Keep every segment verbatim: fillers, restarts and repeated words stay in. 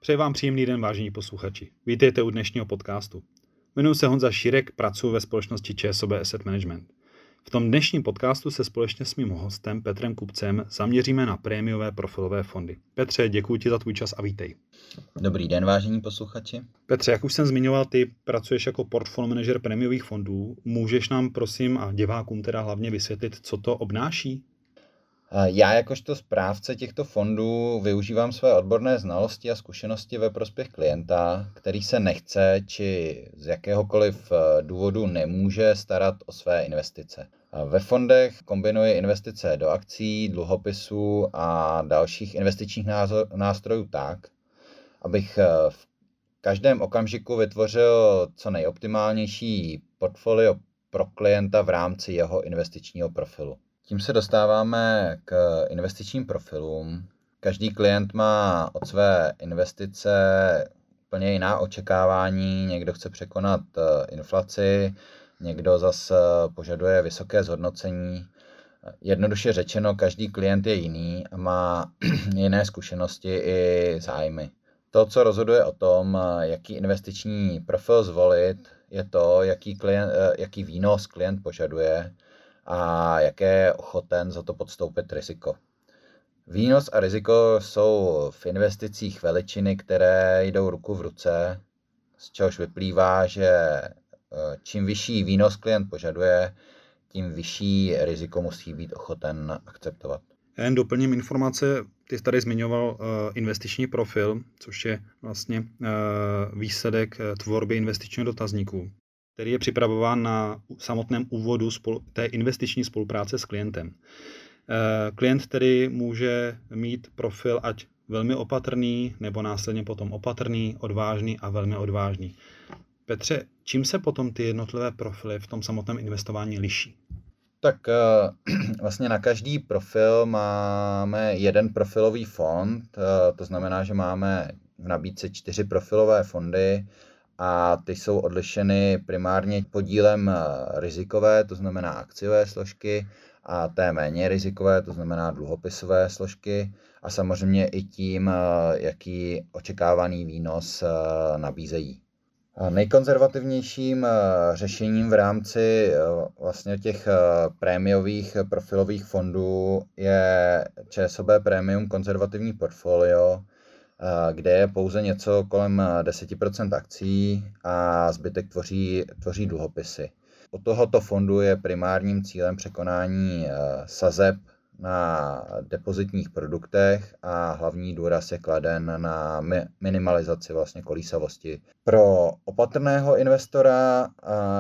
Přeji vám příjemný den, vážení posluchači. Vítejte u dnešního podcastu. Jmenuji se Honza Šírek, pracuji ve společnosti ČSOB Asset Management. V tom dnešním podcastu se společně s mým hostem Petrem Kupcem zaměříme na prémiové profilové fondy. Petře, děkuji ti za tvůj čas a vítej. Dobrý den, vážení posluchači. Petře, jak už jsem zmiňoval, ty pracuješ jako portfolio manažer prémiových fondů. Můžeš nám prosím a divákům teda hlavně vysvětlit, co to obnáší? Já jakožto správce těchto fondů využívám své odborné znalosti a zkušenosti ve prospěch klienta, který se nechce či z jakéhokoliv důvodu nemůže starat o své investice. Ve fondech kombinuji investice do akcií, dluhopisů a dalších investičních nástrojů tak, abych v každém okamžiku vytvořil co nejoptimálnější portfolio pro klienta v rámci jeho investičního profilu. Tím se dostáváme k investičním profilům. Každý klient má od své investice úplně jiná očekávání. Někdo chce překonat inflaci, někdo zase požaduje vysoké zhodnocení. Jednoduše řečeno, každý klient je jiný a má jiné zkušenosti i zájmy. To, co rozhoduje o tom, jaký investiční profil zvolit, je to, jaký, klient, jaký výnos klient požaduje a jaké je ochoten za to podstoupit riziko. Výnos a riziko jsou v investicích veličiny, které jdou ruku v ruce, z čehož vyplývá, že čím vyšší výnos klient požaduje, tím vyšší riziko musí být ochoten akceptovat. Já jen doplním informace, ty jsi tady zmiňoval uh, investiční profil, což je vlastně uh, výsledek tvorby investičního dotazníku, který je připravován na samotném úvodu spolu, té investiční spolupráce s klientem. Uh, klient tedy může mít profil ať velmi opatrný, nebo následně potom opatrný, odvážný a velmi odvážný. Petře, čím se potom ty jednotlivé profily v tom samotném investování liší? Tak vlastně na každý profil máme jeden profilový fond, to znamená, že máme v nabídce čtyři profilové fondy a ty jsou odlišeny primárně podílem rizikové, to znamená akciové složky, a té méně rizikové, to znamená dluhopisové složky, a samozřejmě i tím, jaký očekávaný výnos nabízejí. Nejkonzervativnějším řešením v rámci vlastně těch prémiových profilových fondů je ČSOB Premium konzervativní portfolio, kde je pouze něco kolem deset procent akcií a zbytek tvoří, tvoří dluhopisy. U tohoto fondu je primárním cílem překonání sazeb na depozitních produktech a hlavní důraz je kladen na minimalizaci vlastně kolísavosti. Pro opatrného investora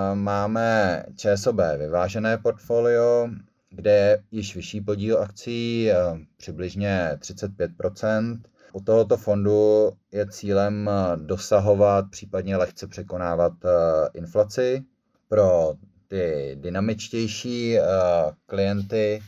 máme ČSOB vyvážené portfolio, kde je již vyšší podíl akcií, přibližně třicet pět procent. U tohoto fondu je cílem dosahovat, případně lehce překonávat inflaci. Pro ty dynamičtější klienty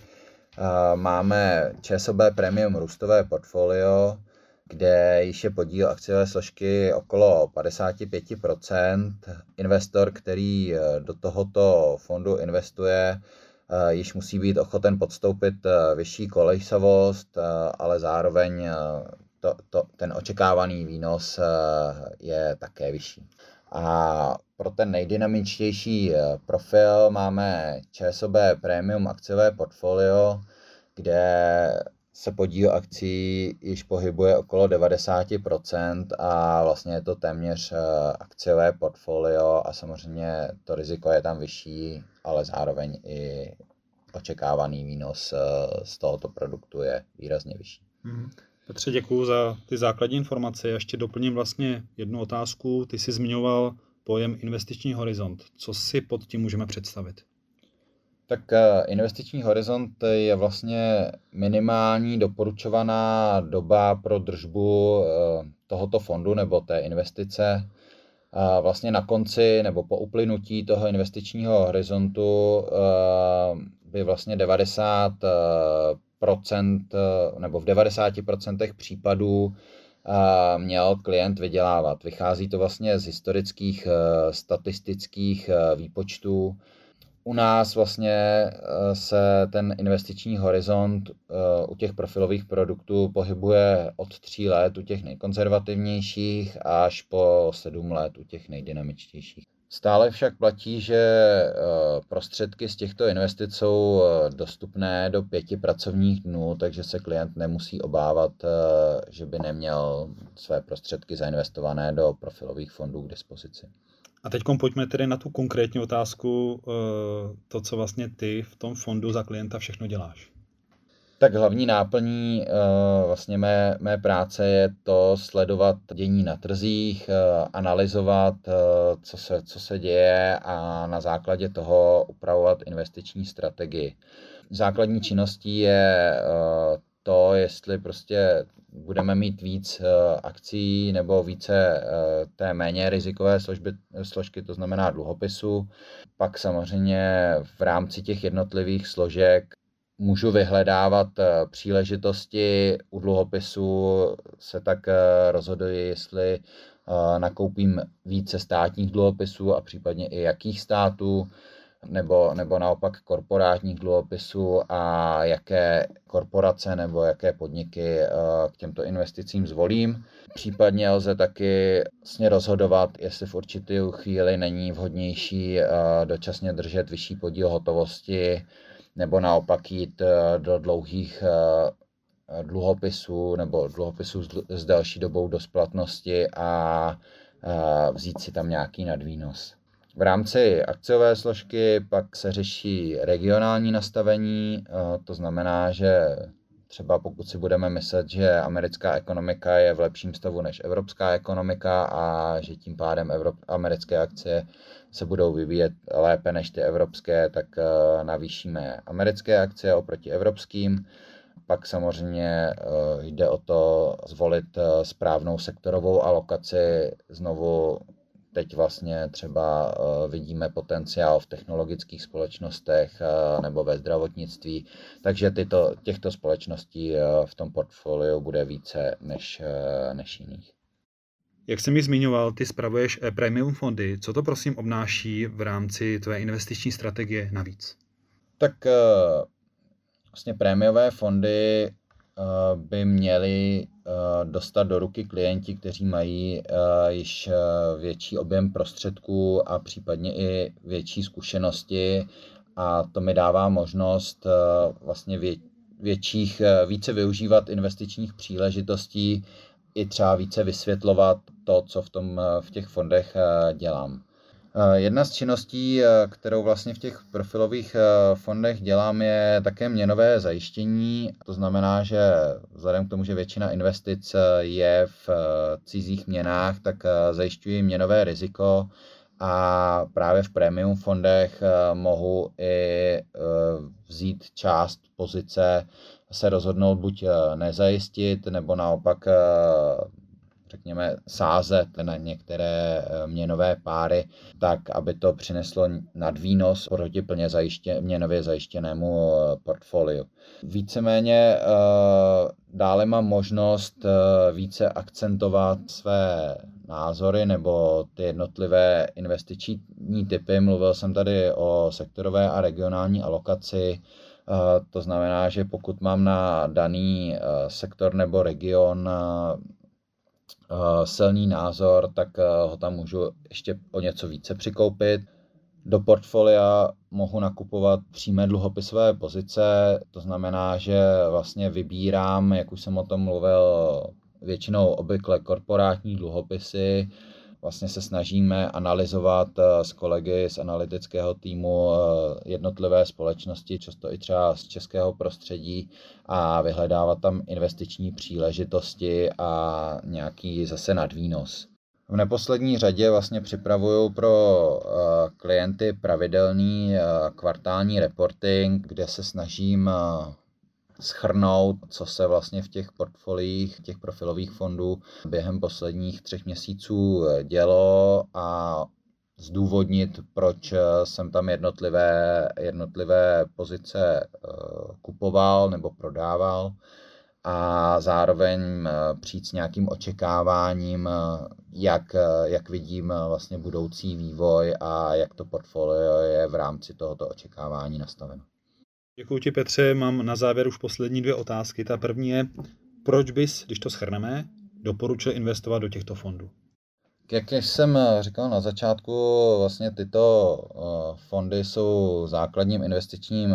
máme ČSOB Premium růstové portfolio, kde již je podíl akciové složky okolo padesát pět procent. Investor, který do tohoto fondu investuje, již musí být ochoten podstoupit vyšší kolísavost, ale zároveň to, to, ten očekávaný výnos je také vyšší. A pro ten nejdynamičtější profil máme ČSOB Premium akciové portfolio, kde se podíl akcií již pohybuje okolo devadesát procent a vlastně je to téměř akciové portfolio a samozřejmě to riziko je tam vyšší, ale zároveň i očekávaný výnos z tohoto produktu je výrazně vyšší. Hmm. Petře, děkuju za ty základní informace. Já ještě doplním vlastně jednu otázku. Ty jsi zmiňoval pojem investiční horizont. Co si pod tím můžeme představit? Tak investiční horizont je vlastně minimální doporučovaná doba pro držbu tohoto fondu nebo té investice. Vlastně na konci nebo po uplynutí toho investičního horizontu by vlastně devadesát procent nebo v devadesáti procentech případů měl klient vydělávat. Vychází to vlastně z historických statistických výpočtů. U nás vlastně se ten investiční horizont u těch profilových produktů pohybuje od tří let u těch nejkonzervativnějších až po sedm let u těch nejdynamičtějších. Stále však platí, že prostředky z těchto investic jsou dostupné do pěti pracovních dnů, takže se klient nemusí obávat, že by neměl své prostředky zainvestované do profilových fondů k dispozici. A teď pojďme tedy na tu konkrétní otázku, to, co vlastně ty v tom fondu za klienta všechno děláš. Tak hlavní náplní vlastně mé, mé práce je to sledovat dění na trzích, analyzovat, co se, co se děje a na základě toho upravovat investiční strategii. Základní činností je to, jestli prostě budeme mít víc akcí nebo více té méně rizikové složby, složky, to znamená dluhopisů. Pak samozřejmě v rámci těch jednotlivých složek můžu vyhledávat příležitosti. U dluhopisů se tak rozhoduji, jestli nakoupím více státních dluhopisů a případně i jakých států, nebo, nebo naopak korporátních dluhopisů a jaké korporace nebo jaké podniky k těmto investicím zvolím. Případně lze taky vlastně rozhodovat, jestli v určitou chvíli není vhodnější dočasně držet vyšší podíl hotovosti nebo naopak jít do dlouhých dluhopisů nebo dluhopisů s delší dobou do splatnosti a vzít si tam nějaký nadvýnos. V rámci akciové složky pak se řeší regionální nastavení, to znamená, že třeba pokud si budeme myslet, že americká ekonomika je v lepším stavu než evropská ekonomika a že tím pádem Evrop- americké akcie se budou vyvíjet lépe než ty evropské, tak navýšíme americké akcie oproti evropským. Pak samozřejmě jde o to zvolit správnou sektorovou alokaci. Znovu teď vlastně třeba vidíme potenciál v technologických společnostech nebo ve zdravotnictví, takže tyto, těchto společností v tom portfoliu bude více než, než jiných. Jak jsem mi zmiňoval, ty spravuješ premium fondy. Co to prosím obnáší v rámci tvé investiční strategie navíc? Tak vlastně prémiové fondy by měli dostat do ruky klienti, kteří mají již větší objem prostředků a případně i větší zkušenosti, a to mi dává možnost vlastně větších, více využívat investičních příležitostí i třeba více vysvětlovat to, co v, tom, v těch fondech dělám. Jedna z činností, kterou vlastně v těch profilových fondech dělám, je také měnové zajištění. To znamená, že vzhledem k tomu, že většina investic je v cizích měnách, tak zajišťuji měnové riziko a právě v premium fondech mohu i vzít část pozice, se rozhodnout buď nezajistit, nebo naopak řekněme sázet na některé měnové páry, tak aby to přineslo nadvýnos proti plně zajiště, měnově zajištěnému portfoliu. Víceméně dále mám možnost více akcentovat své názory nebo ty jednotlivé investiční typy. Mluvil jsem tady o sektorové a regionální alokaci. To znamená, že pokud mám na daný sektor nebo region silný názor, tak ho tam můžu ještě o něco více přikoupit. Do portfolia mohu nakupovat přímé dluhopisové pozice, to znamená, že vlastně vybírám, jak už jsem o tom mluvil, většinou obvykle korporátní dluhopisy. Vlastně se snažíme analyzovat s kolegy z analytického týmu jednotlivé společnosti, často i třeba z českého prostředí, a vyhledávat tam investiční příležitosti a nějaký zase nadvýnos. V neposlední řadě vlastně připravuju pro klienty pravidelný kvartální reporting, kde se snažím shrnout, co se vlastně v těch portfoliích, těch profilových fondů během posledních třech měsíců dělo a zdůvodnit, proč jsem tam jednotlivé, jednotlivé pozice kupoval nebo prodával. a zároveň přijít s nějakým očekáváním, jak, jak vidím vlastně budoucí vývoj a jak to portfolio je v rámci tohoto očekávání nastaveno. Děkuji ti, Petře. Mám na závěr už poslední dvě otázky. Ta první je, proč bys, když to shrneme, doporučil investovat do těchto fondů? Jak jsem říkal na začátku, vlastně tyto fondy jsou základním investičním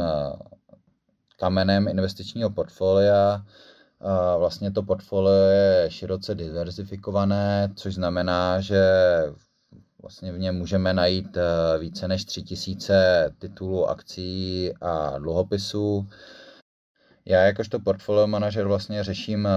kamenem investičního portfolia. Vlastně to portfolio je široce diverzifikované, což znamená, že vlastně v něm můžeme najít více než tři tisíce titulů, akcií a dluhopisů. Já jakožto portfolio manažer vlastně řeším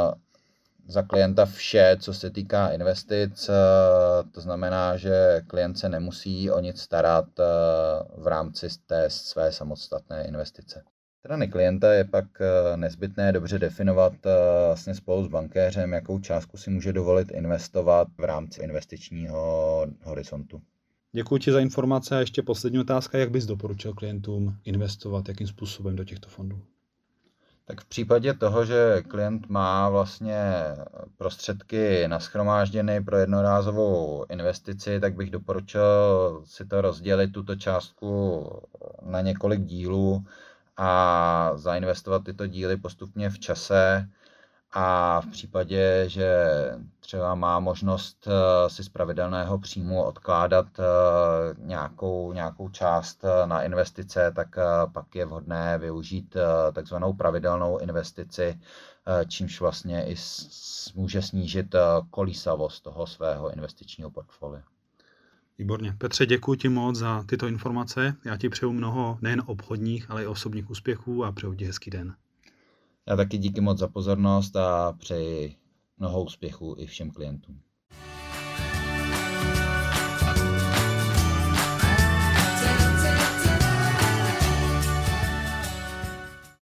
za klienta vše, co se týká investic. To znamená, že klient se nemusí o nic starat v rámci té své samostatné investice. Strany klienta je pak nezbytné dobře definovat vlastně spolu s bankéřem, jakou částku si může dovolit investovat v rámci investičního horizontu. Děkuji ti za informace a ještě poslední otázka, jak bys doporučil klientům investovat, jakým způsobem do těchto fondů? Tak v případě toho, že klient má vlastně prostředky nashromážděny pro jednorázovou investici, tak bych doporučil si to rozdělit, tuto částku, na několik dílů a zainvestovat tyto díly postupně v čase. A v případě, že třeba má možnost si z pravidelného příjmu odkládat nějakou, nějakou část na investice, tak pak je vhodné využít takzvanou pravidelnou investici, čímž vlastně i může snížit kolísavost toho svého investičního portfolia. Výborně. Petře, děkuji ti moc za tyto informace. Já ti přeju mnoho nejen obchodních, ale i osobních úspěchů a přeju ti hezký den. Já taky díky moc za pozornost a přeji mnoho úspěchů i všem klientům.